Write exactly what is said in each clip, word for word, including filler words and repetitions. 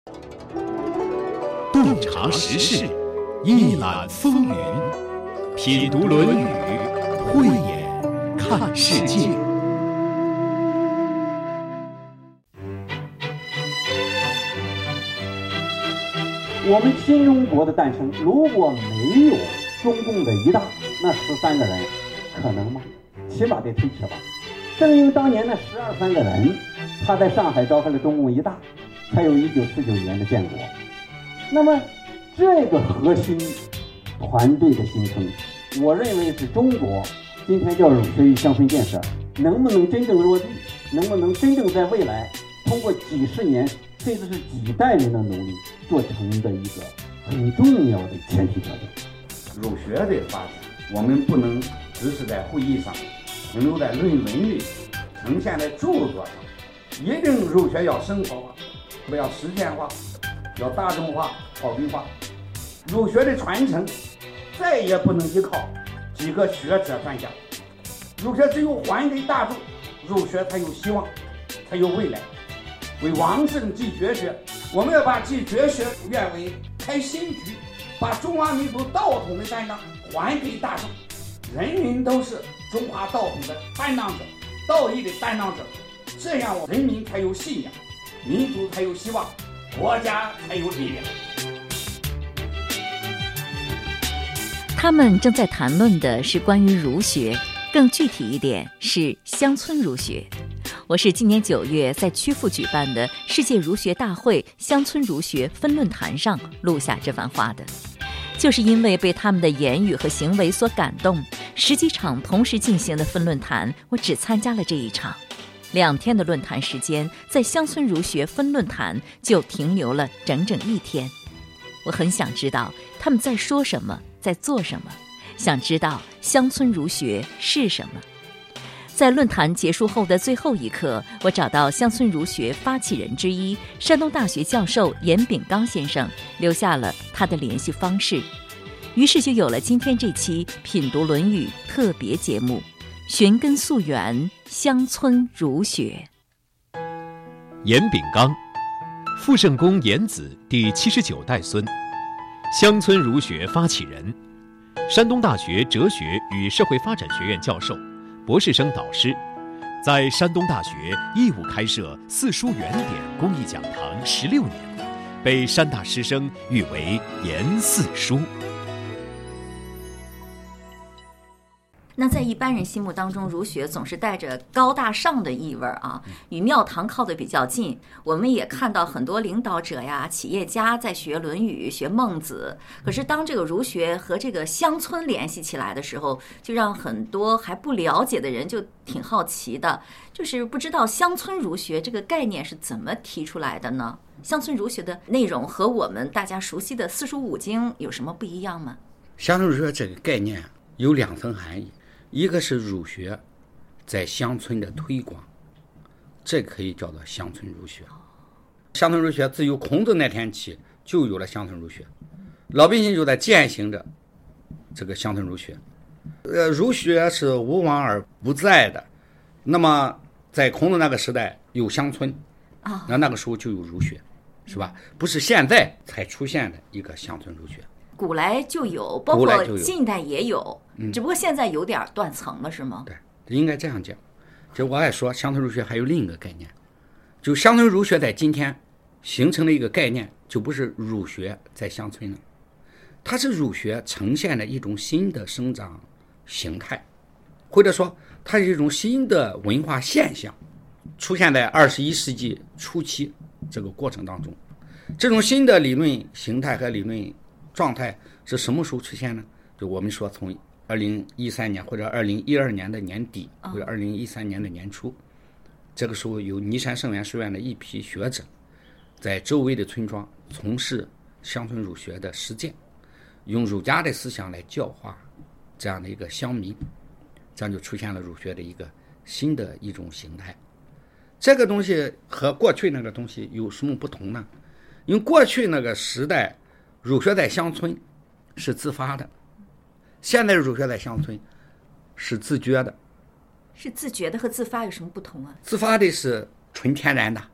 洞察时事，一览风云，品读《论语》，慧眼看世界。 我们新中国的诞生，如果没有中共的一大，那十三个人可能吗？起码得推迟吧。正因为当年那十二三个人，他在上海召开了中共一大，才有一九四九年的建国。那么这个核心团队的形成，我认为是中国今天叫儒学与乡村建设能不能真正落地，能不能真正在未来通过几十年甚至是几代人的努力做成的一个很重要的前提条件。 儒学的发展，我们不能只是在会议上停留在论文里呈现在著作上，一定儒学要生活化，不要实践化，要大众化、草根化。儒学的传承再也不能依靠几个学者专家，儒学只有还给大众，儒学才有希望，才有未来。为王政继绝学，我们要把继绝学变为开新局，把中华民族道统的担当还给大众。人民都是中华道统的担当者，道义的担当者，这样人民才有信仰，民族才有希望，国家才有力量。 他们正在谈论的是关于儒学，更具体一点是乡村儒学。我是今年九月在曲阜举办的世界儒学大会乡村儒学分论坛上录下这番话的，就是因为被他们的言语和行为所感动，十几场同时进行的分论坛，我只参加了这一场。两天的论坛时间，在乡村儒学分论坛就停留了整整一天。我很想知道他们在说什么，在做什么，想知道乡村儒学是什么。在论坛结束后的最后一刻，我找到乡村儒学发起人之一山东大学教授严炳刚先生，留下了他的联系方式，于是就有了今天这期品读《论语》特别节目，寻根溯源，乡村儒学。 严炳刚，傅圣公严子第七十九代孙，乡村儒学发起人，山东大学哲学与社会发展学院教授，博士生导师，在山东大学义务开设四书原典公益讲堂十六年，被山大师生誉为严四书。 那在一般人心目当中，儒学总是带着高大上的意味啊，与庙堂靠得比较近。我们也看到很多领导者呀、企业家在学《论语》、学孟子。可是当这个儒学和这个乡村联系起来的时候，就让很多还不了解的人就挺好奇的，就是不知道乡村儒学这个概念是怎么提出来的呢？乡村儒学的内容和我们大家熟悉的四书五经有什么不一样吗？ 乡村儒学这个概念有两层含义，一个是儒学在乡村的推广，这可以叫做乡村儒学。乡村儒学自有孔子那天起就有了乡村儒学，老百姓就在践行着这个乡村儒学。呃，儒学是无往而不在的。那么在孔子那个时代有乡村，那那个时候就有儒学，是吧？不是现在才出现的一个乡村儒学。 古来就有，包括近代也有，嗯、只不过现在有点断层了，是吗？ 对，应该这样讲。就我还说，乡村儒学还有另一个概念，就乡村儒学在今天形成了一个概念，就不是儒学在乡村了，它是儒学呈现的一种新的生长形态，或者说它是一种新的文化现象，出现在二十一世纪初期这个过程当中。这种新的理论形态和理论状态是什么时候出现呢？就我们说从二零一三年或者二零一二年的年底或者二零一三年的年初，这个时候有尼山圣元书院的一批学者在周围的村庄从事乡村儒学的实践，用儒家的思想来教化这样的一个乡民，这样就出现了儒学的一个新的一种形态。这个东西和过去那个东西有什么不同呢？因为过去那个时代儒学在乡村是自发的，现在儒学在乡村是自觉的。 是自觉的和自发有什么不同啊？ 自发的是纯天然的，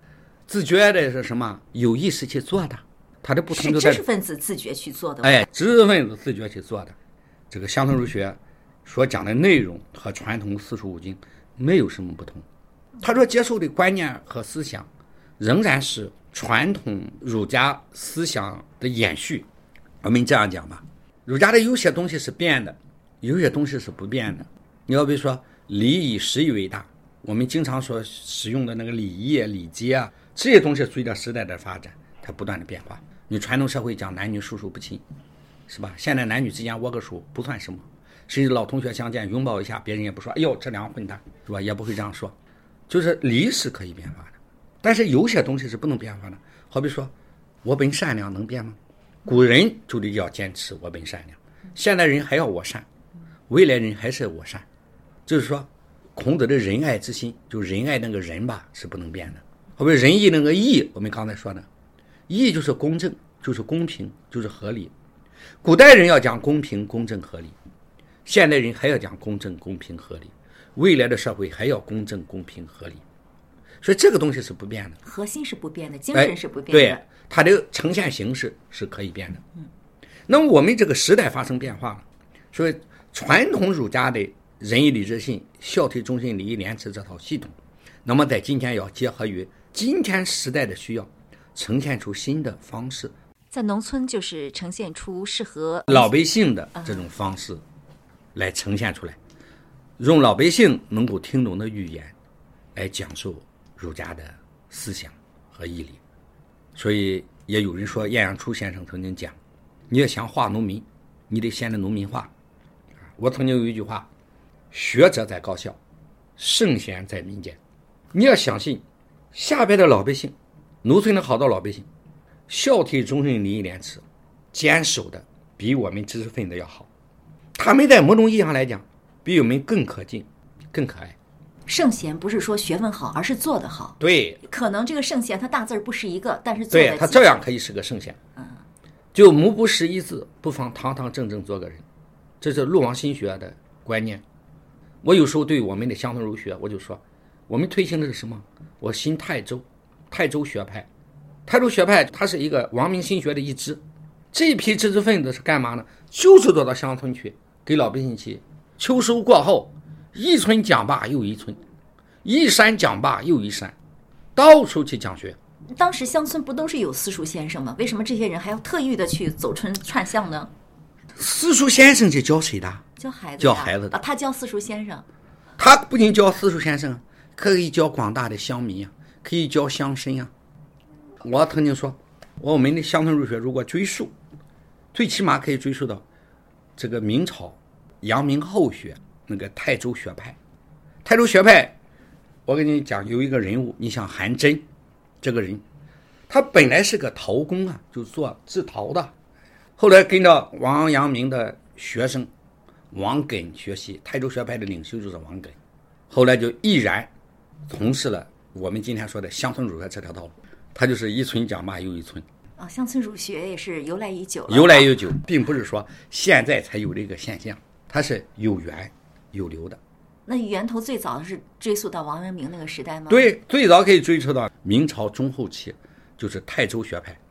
自觉的是什么？有意识去做的。它的不同就是知识分子自觉去做的。 哎，知识分子自觉去做的。这个乡村儒学所讲的内容和传统四书五经没有什么不同。他说接受的观念和思想仍然是传统儒家思想的延续。我们这样讲吧，儒家的有些东西是变的，有些东西是不变的。你要比如说礼以时义为大，我们经常所使用的那个礼仪礼节啊，这些东西随着时代的发展它不断的变化。你传统社会讲男女授受不亲，是吧？现在男女之间握个手不算什么，甚至老同学相见拥抱一下，别人也不说哎呦这两个混蛋，是吧？也不会这样说。就是礼是可以变化的，但是有些东西是不能变化的。好比说我本善良能变吗？古人就得要坚持我本善良，现代人还要我善，未来人还是我善。就是说孔子的仁爱之心，就仁爱那个仁吧是不能变的。好比仁义那个义，我们刚才说的义就是公正，就是公平，就是合理。古代人要讲公平公正合理，现代人还要讲公正公平合理，未来的社会还要公正公平合理。所以这个东西是不变的， 核心是不变的，精神是不变的。 对，它的呈现形式是可以变的。嗯，那么我们这个时代发生变化了，所以传统儒家的仁义礼智信、孝悌忠信礼义廉耻这套系统，那么在今天要结合于今天时代的需要，呈现出新的方式。 在农村就是呈现出适合老百姓的这种方式来呈现出来，用老百姓能够听懂的语言来讲述儒家的思想和义理。所以也有人说，晏阳初先生曾经讲，你要想化农民，你得先的农民化。我曾经有一句话，学者在高校，圣贤在民间。你要相信下边的老百姓，农村的好多老百姓孝悌忠信礼义廉耻坚守的比我们知识分子要好，他们在某种意义上来讲比我们更可敬更可爱。 圣贤不是说学问好，而是做得好。 对， 可能这个圣贤他大字不是一个，但是做得对他这样可以是个圣贤。嗯，就目不识一字，不妨堂堂正正做个人，这是陆王心学的观念。我有时候对我们的乡村儒学，我就说我们推行的是什么？我信泰州，泰州学派。泰州学派它是一个王明心学的一支，这一批知识分子是干嘛呢？就是做到乡村去给老百姓去秋收过后，一村讲罢又一村，一山讲罢又一山，到处去讲学。 当时乡村不都是有私塾先生吗？为什么这些人还要特意的去走村串巷呢？ 私塾先生是教谁的？ 教孩子。 教孩子的、 啊、他教私塾先生。 他不仅教私塾先生，可以教广大的乡民啊，可以教乡绅啊。我曾经说，我们的乡村儒学如果追溯，最起码可以追溯到这个明朝阳明后学那个泰州学派。泰州学派，我跟你讲，有一个人物，你像韩真这个人，他本来是个陶工啊，就做制陶的，后来跟着王阳明的学生王艮学习，泰州学派的领袖就是王艮，后来就毅然从事了我们今天说的乡村儒学这条道路。他就是一村讲罢又一村啊，乡村儒学也是由来已久了， 由来已久，并不是说现在才有这个现象，它是有源有流的。 那源头最早是追溯到王阳明那个时代吗？ 对，最早可以追溯到明朝中后期，就是泰州学派。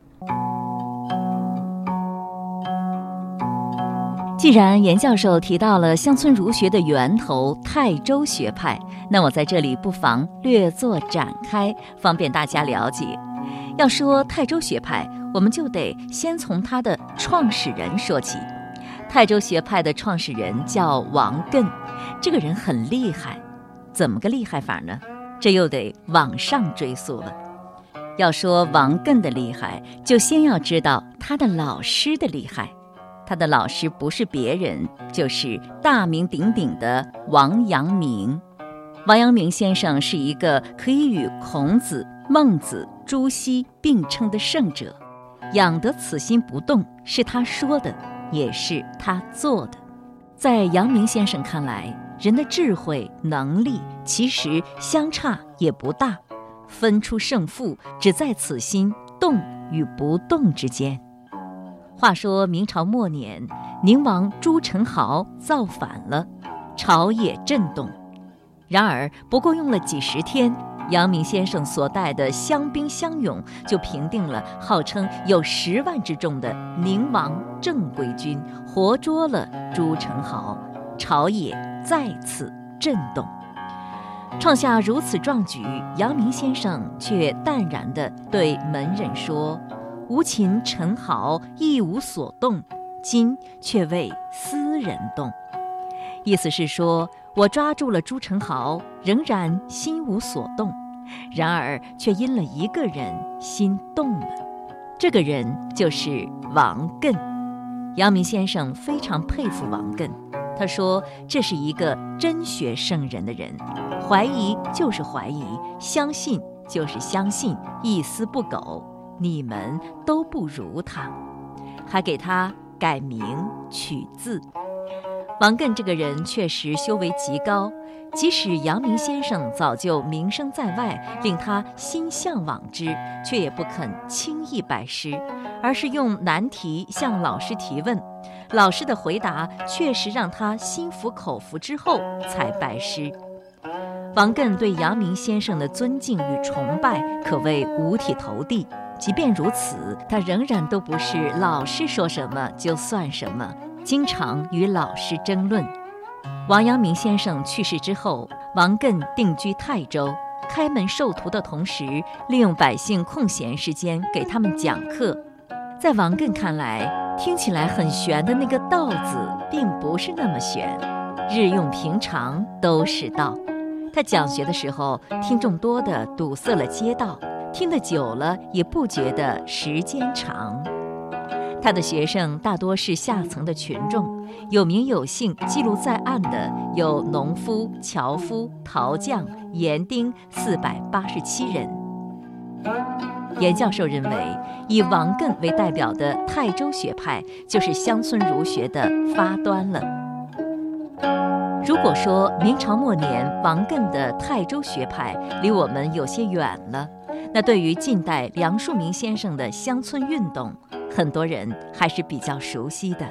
既然严教授提到了乡村儒学的源头泰州学派，那我在这里不妨略作展开，方便大家了解。要说泰州学派，我们就得先从它的创始人说起。泰州学派的创始人叫王艮，这个人很厉害，怎么个厉害法呢？这又得往上追溯了。要说王艮的厉害，就先要知道他的老师的厉害。他的老师不是别人，就是大名鼎鼎的王阳明。王阳明先生是一个可以与孔子、孟子、朱熹并称的圣者，养得此心不动，是他说的，也是他做的。在阳明先生看来，人的智慧能力其实相差也不大，分出胜负只在此心动与不动之间。话说明朝末年，宁王朱宸濠造反了，朝野震动。然而不过用了几十天， 阳明先生所带的乡兵乡勇，就平定了号称有十万之众的宁王正规军，活捉了朱宸濠，朝野再次震动。创下如此壮举，阳明先生却淡然地对门人说：“吾擒宸濠，亦无所动，今却为斯人动。”意思是说，我抓住了朱宸濠，仍然心无所动，然而却因了一个人心动了。这个人就是王艮。阳明先生非常佩服王艮，他说这是一个真学圣人的人，怀疑就是怀疑，相信就是相信，一丝不苟，你们都不如他，还给他改名取字。王艮这个人确实修为极高，即使阳明先生早就名声在外，令他心向往之，却也不肯轻易拜师，而是用难题向老师提问，老师的回答确实让他心服口服之后才拜师。王艮对阳明先生的尊敬与崇拜可谓五体投地，即便如此，他仍然都不是老师说什么就算什么，经常与老师争论。王阳明先生去世之后，王艮定居泰州，开门授徒的同时，利用百姓空闲时间给他们讲课。在王艮看来，听起来很玄的那个道字并不是那么玄，日用平常都是道。他讲学的时候，听众多的堵塞了街道，听得久了也不觉得时间长。他的学生大多是下层的群众，有名有姓记录在案的有农夫、樵夫、陶匠、园丁四百八十七人。严教授认为，以王艮为代表的泰州学派就是乡村儒学的发端了。如果说明朝末年王艮的泰州学派离我们有些远了，那对于近代梁漱溟先生的乡村运动，很多人还是比较熟悉的。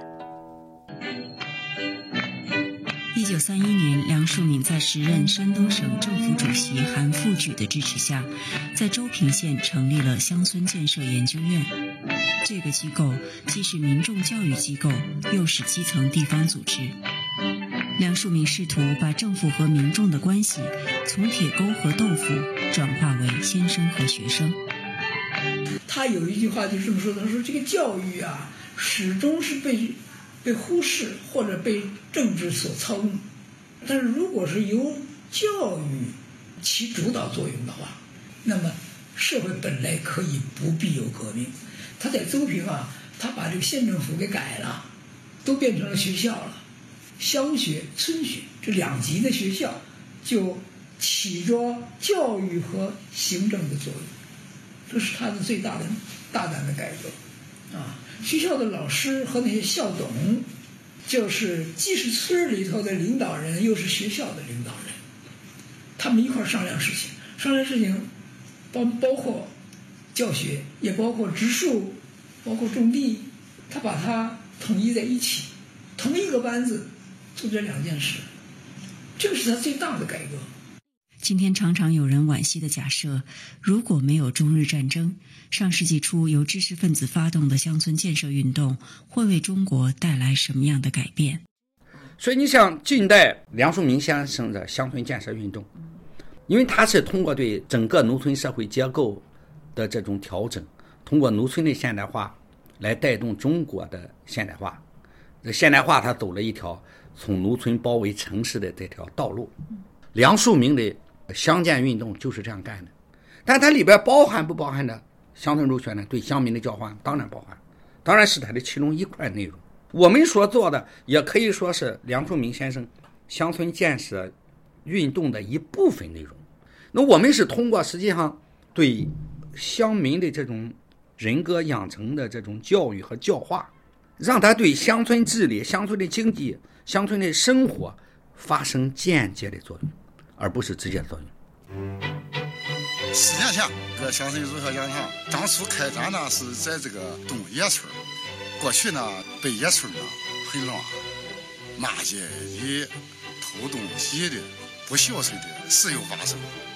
一九三一年，梁漱溟在时任山东省政府主席韩复榘的支持下，在周平县成立了乡村建设研究院。这个机构既是民众教育机构，又是基层地方组织。梁漱溟试图把政府和民众的关系从铁钩和豆腐转化为先生和学生。 他有一句话就这么说，他说这个教育啊，始终是被被忽视或者被政治所操纵，但是如果是由教育起主导作用的话，那么社会本来可以不必有革命。他在邹平啊，他把这个县政府给改了，都变成了学校了，乡学、村学这两级的学校就起着教育和行政的作用，这是他的最大的大胆的改革啊！学校的老师和那些校董，就是既是村里头的领导人，又是学校的领导人，他们一块商量事情，商量事情包包括教学，也包括植树，包括种地，他把它统一在一起，同一个班子做这两件事，这个是他最大的改革。 今天常常有人惋惜地假设，如果没有中日战争，上世纪初由知识分子发动的乡村建设运动会为中国带来什么样的改变？ 所以你像近代梁漱溟先生的乡村建设运动，因为他是通过对整个农村社会结构的这种调整，通过农村的现代化来带动中国的现代化。这现代化他走了一条从农村包围城市的这条道路。梁漱溟的乡建运动就是这样干的，但它里边包含不包含的乡村儒学呢？对乡民的教化当然包含，当然是它的其中一块内容。我们所做的也可以说是梁漱溟先生乡村建设运动的一部分内容。那我们是通过实际上对乡民的这种人格养成的这种教育和教化，让他对乡村治理、乡村的经济、乡村的生活发生间接的作用，而不是直接的作用。 四年前，这乡村儒学讲堂当初开展呢是在这个东野村，过去呢北野村呢很乱，骂街的、偷东西的、不孝顺的时有发生。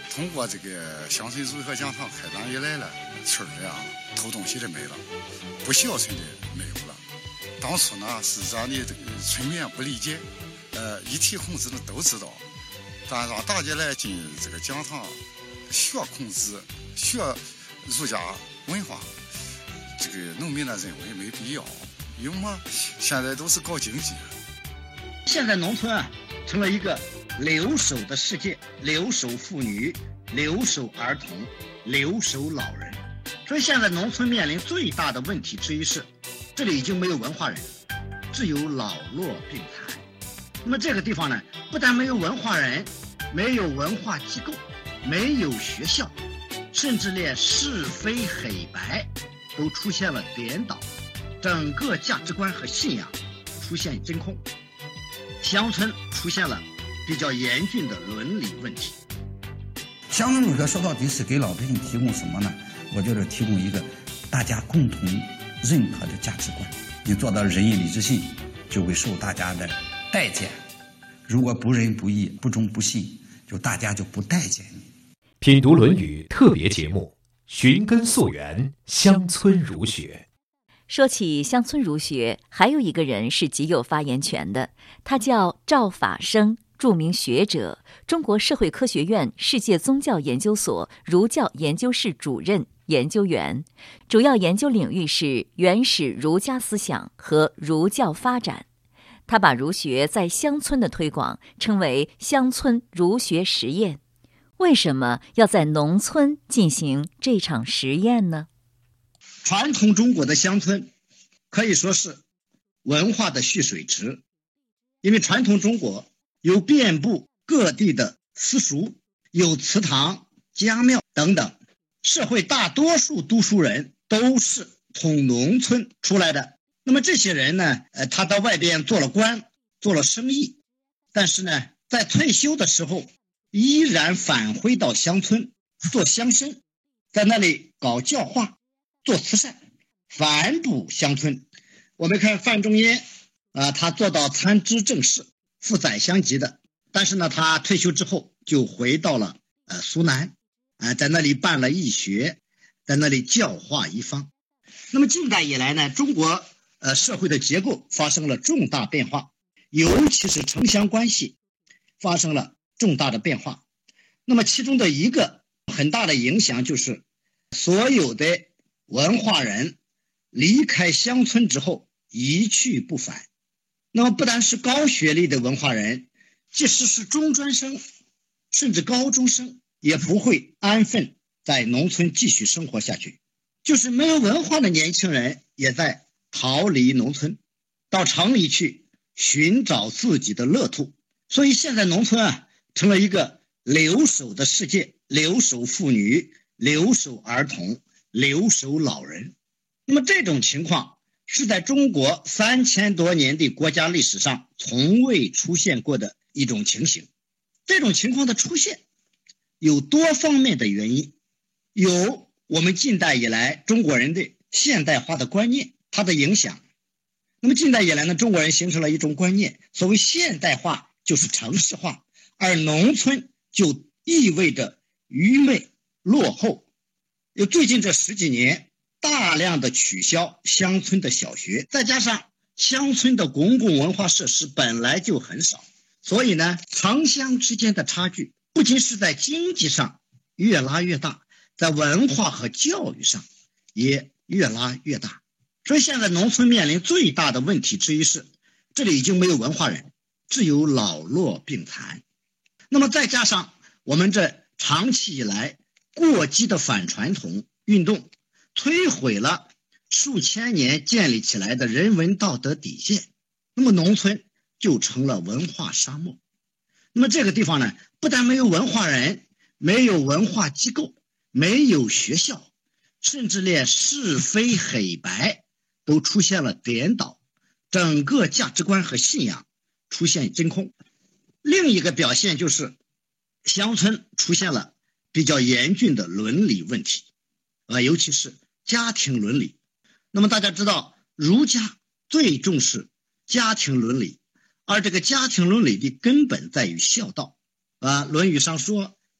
通过这个乡村如何讲堂开展以来了，村里啊偷东西的没了，不孝顺的没有了。当初呢是让你这个村民不理解，呃，一提孔子呢都知道，但让大家来进这个讲堂学孔子、学儒家文化，这个农民呢认为没必要，因为嘛，现在都是搞经济。 现在农村啊成了一个留守的世界，留守妇女，留守儿童，留守老人。所以现在农村面临最大的问题之一是，这里已经没有文化人，只有老弱病残。那么这个地方呢，不但没有文化人，没有文化机构，没有学校，甚至连是非黑白都出现了颠倒，整个价值观和信仰出现真空，乡村出现了比较严峻的伦理问题。 乡村儒学说到底是给老百姓提供什么呢？我觉得提供一个大家共同认可的价值观。你做到仁义礼智信，就会受大家的待见。如果不仁不义、不忠不信，就大家就不待见你。 品读《论语》特别节目，寻根溯源，乡村儒学。 说起乡村儒学，还有一个人是极有发言权的，他叫赵法生，著名学者，中国社会科学院世界宗教研究所儒教研究室主任、研究员，主要研究领域是原始儒家思想和儒教发展。他把儒学在乡村的推广称为乡村儒学实验。为什么要在农村进行这场实验呢？ 传统中国的乡村可以说是文化的蓄水池，因为传统中国有遍布各地的私塾，有祠堂、家庙等等，社会大多数读书人都是从农村出来的。那么这些人呢，呃，他到外边做了官，做了生意，但是呢，在退休的时候依然返回到乡村做乡绅，在那里搞教化，做慈善，反哺乡村。我们看范仲淹啊、呃，他做到参知政事，副宰相级的，但是呢，他退休之后就回到了呃苏南，啊、呃，在那里办了义学，在那里教化一方。那么近代以来呢，中国呃社会的结构发生了重大变化，尤其是城乡关系发生了重大的变化。那么其中的一个很大的影响就是所有的文化人离开乡村之后一去不返。那么不单是高学历的文化人，即使是中专生甚至高中生也不会安分在农村继续生活下去。就是没有文化的年轻人也在逃离农村，到城里去寻找自己的乐土。所以现在农村啊成了一个留守的世界，留守妇女，留守儿童，留守老人。那么这种情况是在中国三千多年的国家历史上从未出现过的一种情形。这种情况的出现有多方面的原因，有我们近代以来中国人的现代化的观念它的影响。那么近代以来呢，中国人形成了一种观念，所谓现代化就是城市化，而农村就意味着愚昧落后。有最近这十几年大量的取消乡村的小学，再加上乡村的公共文化设施本来就很少，所以呢，城乡之间的差距不仅是在经济上越拉越大，在文化和教育上也越拉越大。所以现在农村面临最大的问题之一是，这里已经没有文化人，只有老弱病残。那么再加上我们这长期以来过激的反传统运动，摧毁了数千年建立起来的人文道德底线，那么农村就成了文化沙漠。那么这个地方呢，不但没有文化人，没有文化机构，没有学校，甚至连是非黑白都出现了颠倒，整个价值观和信仰出现真空。另一个表现就是乡村出现了比较严峻的伦理问题，呃，尤其是家庭伦理。那么大家知道，儒家最重视家庭伦理，而这个家庭伦理的根本在于孝道。啊，《论语》上说，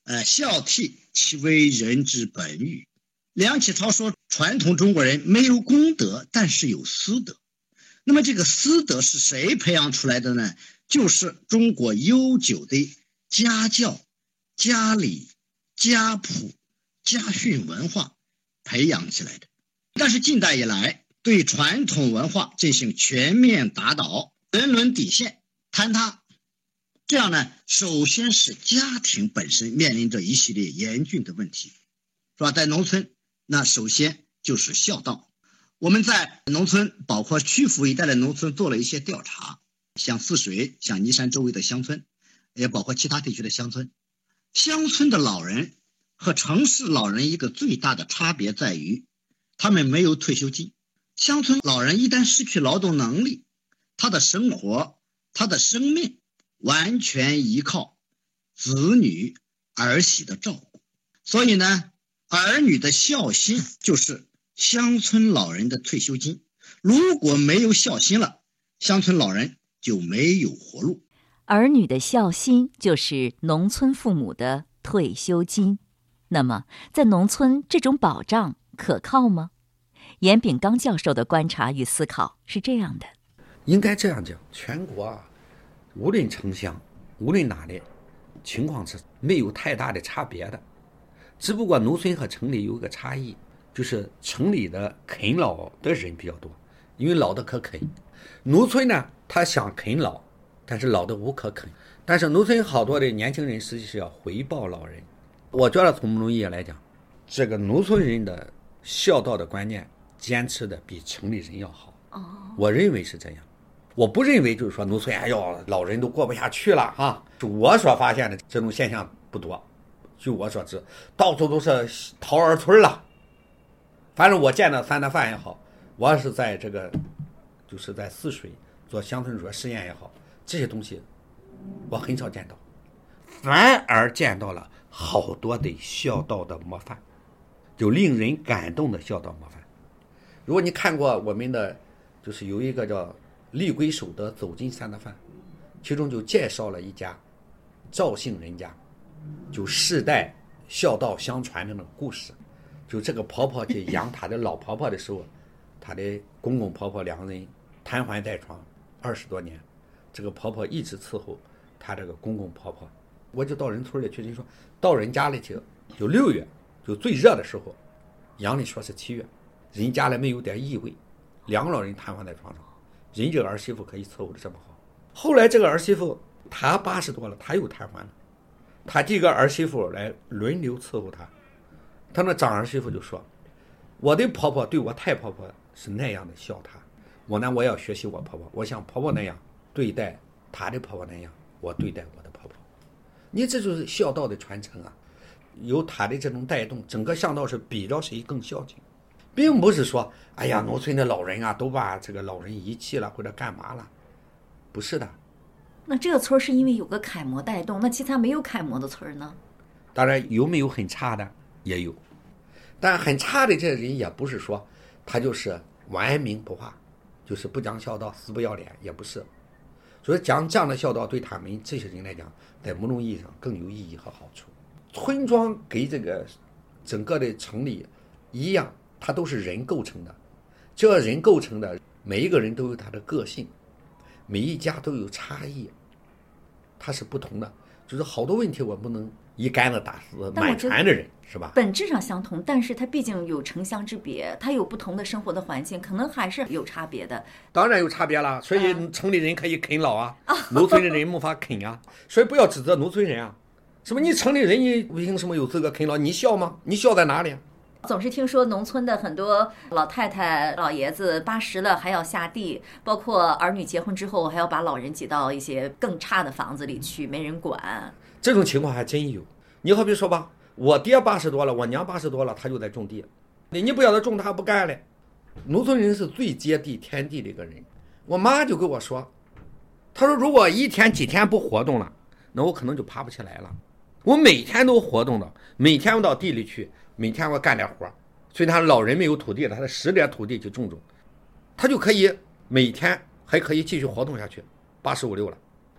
呃，孝悌其为人之本与。梁启超说，传统中国人没有公德，但是有私德。那么这个私德是谁培养出来的呢？就是中国悠久的家教、家礼、家谱、家训文化培养起来的。但是近代以来，对传统文化进行全面打倒，人伦底线坍塌。这样呢，首先是家庭本身面临着一系列严峻的问题，是吧？在农村，那首先就是孝道。我们在农村，包括曲阜一带的农村做了一些调查，像泗水、像尼山周围的乡村，也包括其他地区的乡村。乡村的老人和城市老人一个最大的差别在于，他们没有退休金。乡村老人一旦失去劳动能力，他的生活、他的生命完全依靠子女儿媳的照顾。所以呢，儿女的孝心就是乡村老人的退休金。如果没有孝心了，乡村老人就没有活路。 儿女的孝心就是农村父母的退休金。那么在农村，这种保障可靠吗？严炳刚教授的观察与思考是这样的： 应该这样讲，全国啊，无论城乡，无论哪里，情况是没有太大的差别的，只不过农村和城里有个差异，就是城里的啃老的人比较多，因为老的可啃。农村呢，他想啃老，但是老的无可啃。但是农村好多的年轻人实际是要回报老人。我觉得从某种意义来讲，这个农村人的孝道的观念坚持的比城里人要好。哦，我认为是这样。我不认为就是说农村哎呦老人都过不下去了哈。就我所发现的这种现象不多，据我所知，到处都是桃儿村了。反正我见到三大饭也好，我要是在这个就是在泗水做乡村主要实验也好，这些东西我很少见到，反而见到了好多的孝道的模范，就令人感动的孝道模范。如果你看过我们的就是有一个叫厉鬼守德走进三大饭，其中就介绍了一家赵姓人家，就世代孝道相传的那个故事。就这个婆婆去养她的老婆婆的时候，她的公公婆婆两个人瘫痪在床二十多年，这个婆婆一直伺候她这个公公婆婆。我就到人村里去，人说到人家里去，就六月就最热的时候，阳历说是七月，人家里没有点异味，两个老人瘫痪在床上，人这个儿媳妇可以伺候的这么好。后来这个儿媳妇她八十多了，她又瘫痪了，她这个儿媳妇来轮流伺候她。她那长儿媳妇就说，我的婆婆对我太婆婆是那样的孝她，我呢我要学习我婆婆，我像婆婆那样对待她的婆婆那样我对待我的婆婆。你这就是孝道的传承啊，有她的这种带动，整个乡道是比着谁更孝敬，并不是说哎呀农村的老人啊都把这个老人遗弃了或者干嘛了，不是的。 那这个村是因为有个楷模带动，那其他没有楷模的村呢？ 当然有没有很差的也有，但很差的这些人也不是说他就是顽名不化，就是不讲孝道死不要脸，也不是。所以讲这样的孝道对他们这些人来讲，在某种意义上更有意义和好处。村庄给这个整个的城里一样，它都是人构成的，这个人构成的每一个人都有他的个性，每一家都有差异，它是不同的。就是好多问题我不能一竿子打死满船的人，是吧？ 本质上相同，但是它毕竟有城乡之别，它有不同的生活的环境，可能还是有差别的。 当然有差别了，所以城里人可以啃老啊，啊农村的人没法啃啊，所以不要指责农村人啊。什么你城里人你凭什么有资格啃老？你孝吗？你孝在哪里？ 总是听说农村的很多老太太老爷子八十了还要下地，包括儿女结婚之后还要把老人挤到一些更差的房子里去，没人管。 这种情况还真有。你好比说吧，我爹八十多了，我娘八十多了，他就在种地，你不要他种他不干了。农村人是最接地天地的一个人。我妈就跟我说，她说如果一天几天不活动了，那我可能就爬不起来了。我每天都活动的，每天我到地里去，每天我干点活，所以他老人没有土地了，他拾点土地去种种，他就可以每天还可以继续活动下去。八十五六了，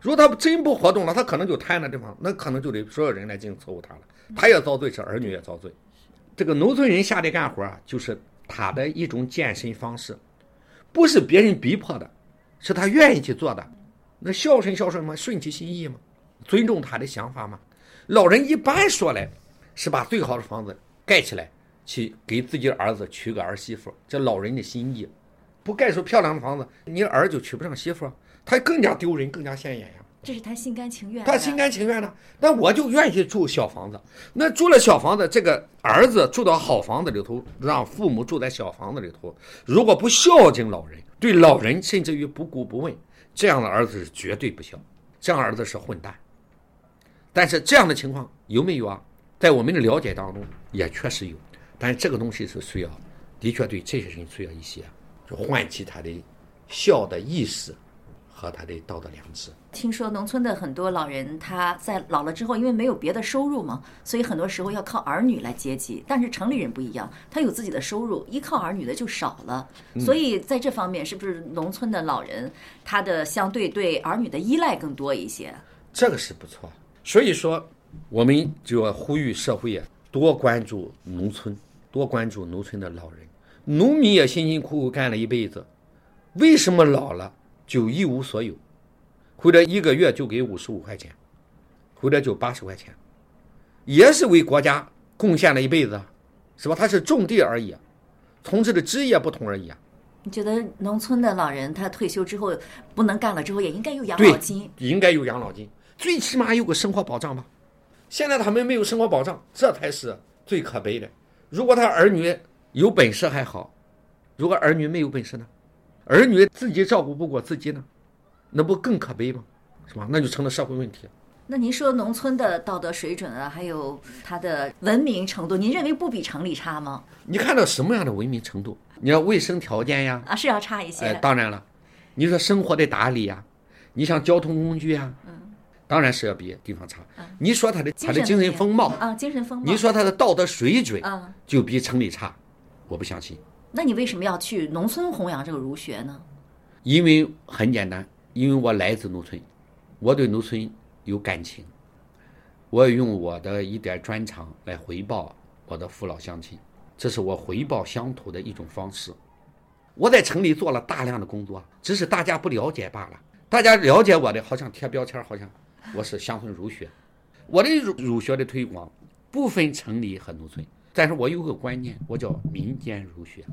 如果他真不活动了，他可能就瘫那地方，那可能就得所有人来进行伺候他了，他也遭罪，是儿女也遭罪。这个农村人下地干活啊，就是他的一种健身方式，不是别人逼迫的，是他愿意去做的。那孝顺孝顺嘛，顺其心意嘛，尊重他的想法嘛。老人一般说来是把最好的房子盖起来，去给自己的儿子娶个儿媳妇，这老人的心意。不盖出漂亮的房子，你儿就娶不上媳妇，他更加丢人，更加显眼呀。 这是他心甘情愿的， 他心甘情愿的。那我就愿意住小房子，那住了小房子，这个儿子住到好房子里头，让父母住在小房子里头，如果不孝敬老人，对老人甚至于不顾不问，这样的儿子是绝对不孝，这样的儿子是混蛋。但是这样的情况有没有啊？在我们的了解当中也确实有，但是这个东西是需要，的确对这些人需要一些就唤起他的孝的意识和他的道德良知。 听说农村的很多老人他在老了之后，因为没有别的收入嘛，所以很多时候要靠儿女来接济。但是城里人不一样，他有自己的收入，依靠儿女的就少了。所以在这方面，是不是农村的老人他的相对对儿女的依赖更多一些？ 这个是不错。所以说我们就要呼吁社会啊，多关注农村，多关注农村的老人。农民也辛辛苦苦干了一辈子，为什么老了就一无所有，或者一个月就给五十五块钱，或者就八十块钱，也是为国家贡献了一辈子，是吧？他是种地而已，从事的职业不同而已啊。 你觉得农村的老人他退休之后不能干了之后，也应该有养老金？ 对，应该有养老金，最起码有个生活保障吧。现在他们没有生活保障，这才是最可悲的。如果他儿女有本事还好，如果儿女没有本事呢？儿女自己照顾不过自己呢，那不更可悲吗？是吧？那就成了社会问题。 那您说农村的道德水准啊，还有它的文明程度，您认为不比城里差吗？ 你看到什么样的文明程度？你要卫生条件呀， 啊，是要差一些。 哎，当然了，你说生活的打理呀，你像交通工具呀，嗯，当然是要比地方差。嗯、你说他的他的精神风貌啊，精神风貌， 你说他的道德水准啊， 就比城里差，我不相信。 那你为什么要去农村弘扬这个儒学呢？ 因为很简单，因为我来自农村，我对农村有感情，我也用我的一点专长来回报我的父老乡亲，这是我回报乡土的一种方式。我在城里做了大量的工作，只是大家不了解罢了。大家了解我的，好像贴标签，好像我是乡村儒学。我的儒学的推广不分城里和农村，但是我有个观念，我叫民间儒学。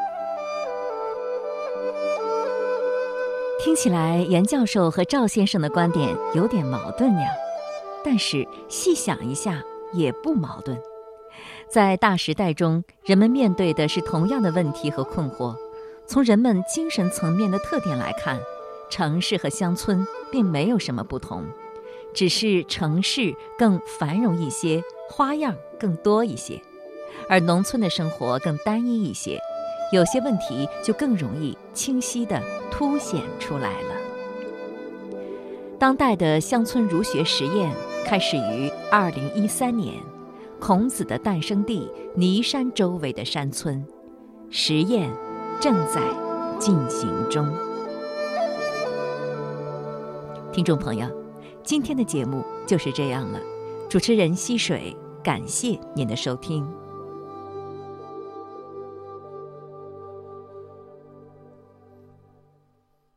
听起来严教授和赵先生的观点有点矛盾呀，但是细想一下也不矛盾。在大时代中，人们面对的是同样的问题和困惑。从人们精神层面的特点来看，城市和乡村并没有什么不同，只是城市更繁荣一些，花样更多一些，而农村的生活更单一一些，有些问题就更容易清晰地凸显出来了。当代的乡村儒学实验开始于二零一三年，孔子的诞生地尼山周围的山村，实验正在进行中。听众朋友，今天的节目就是这样了。主持人溪水，感谢您的收听。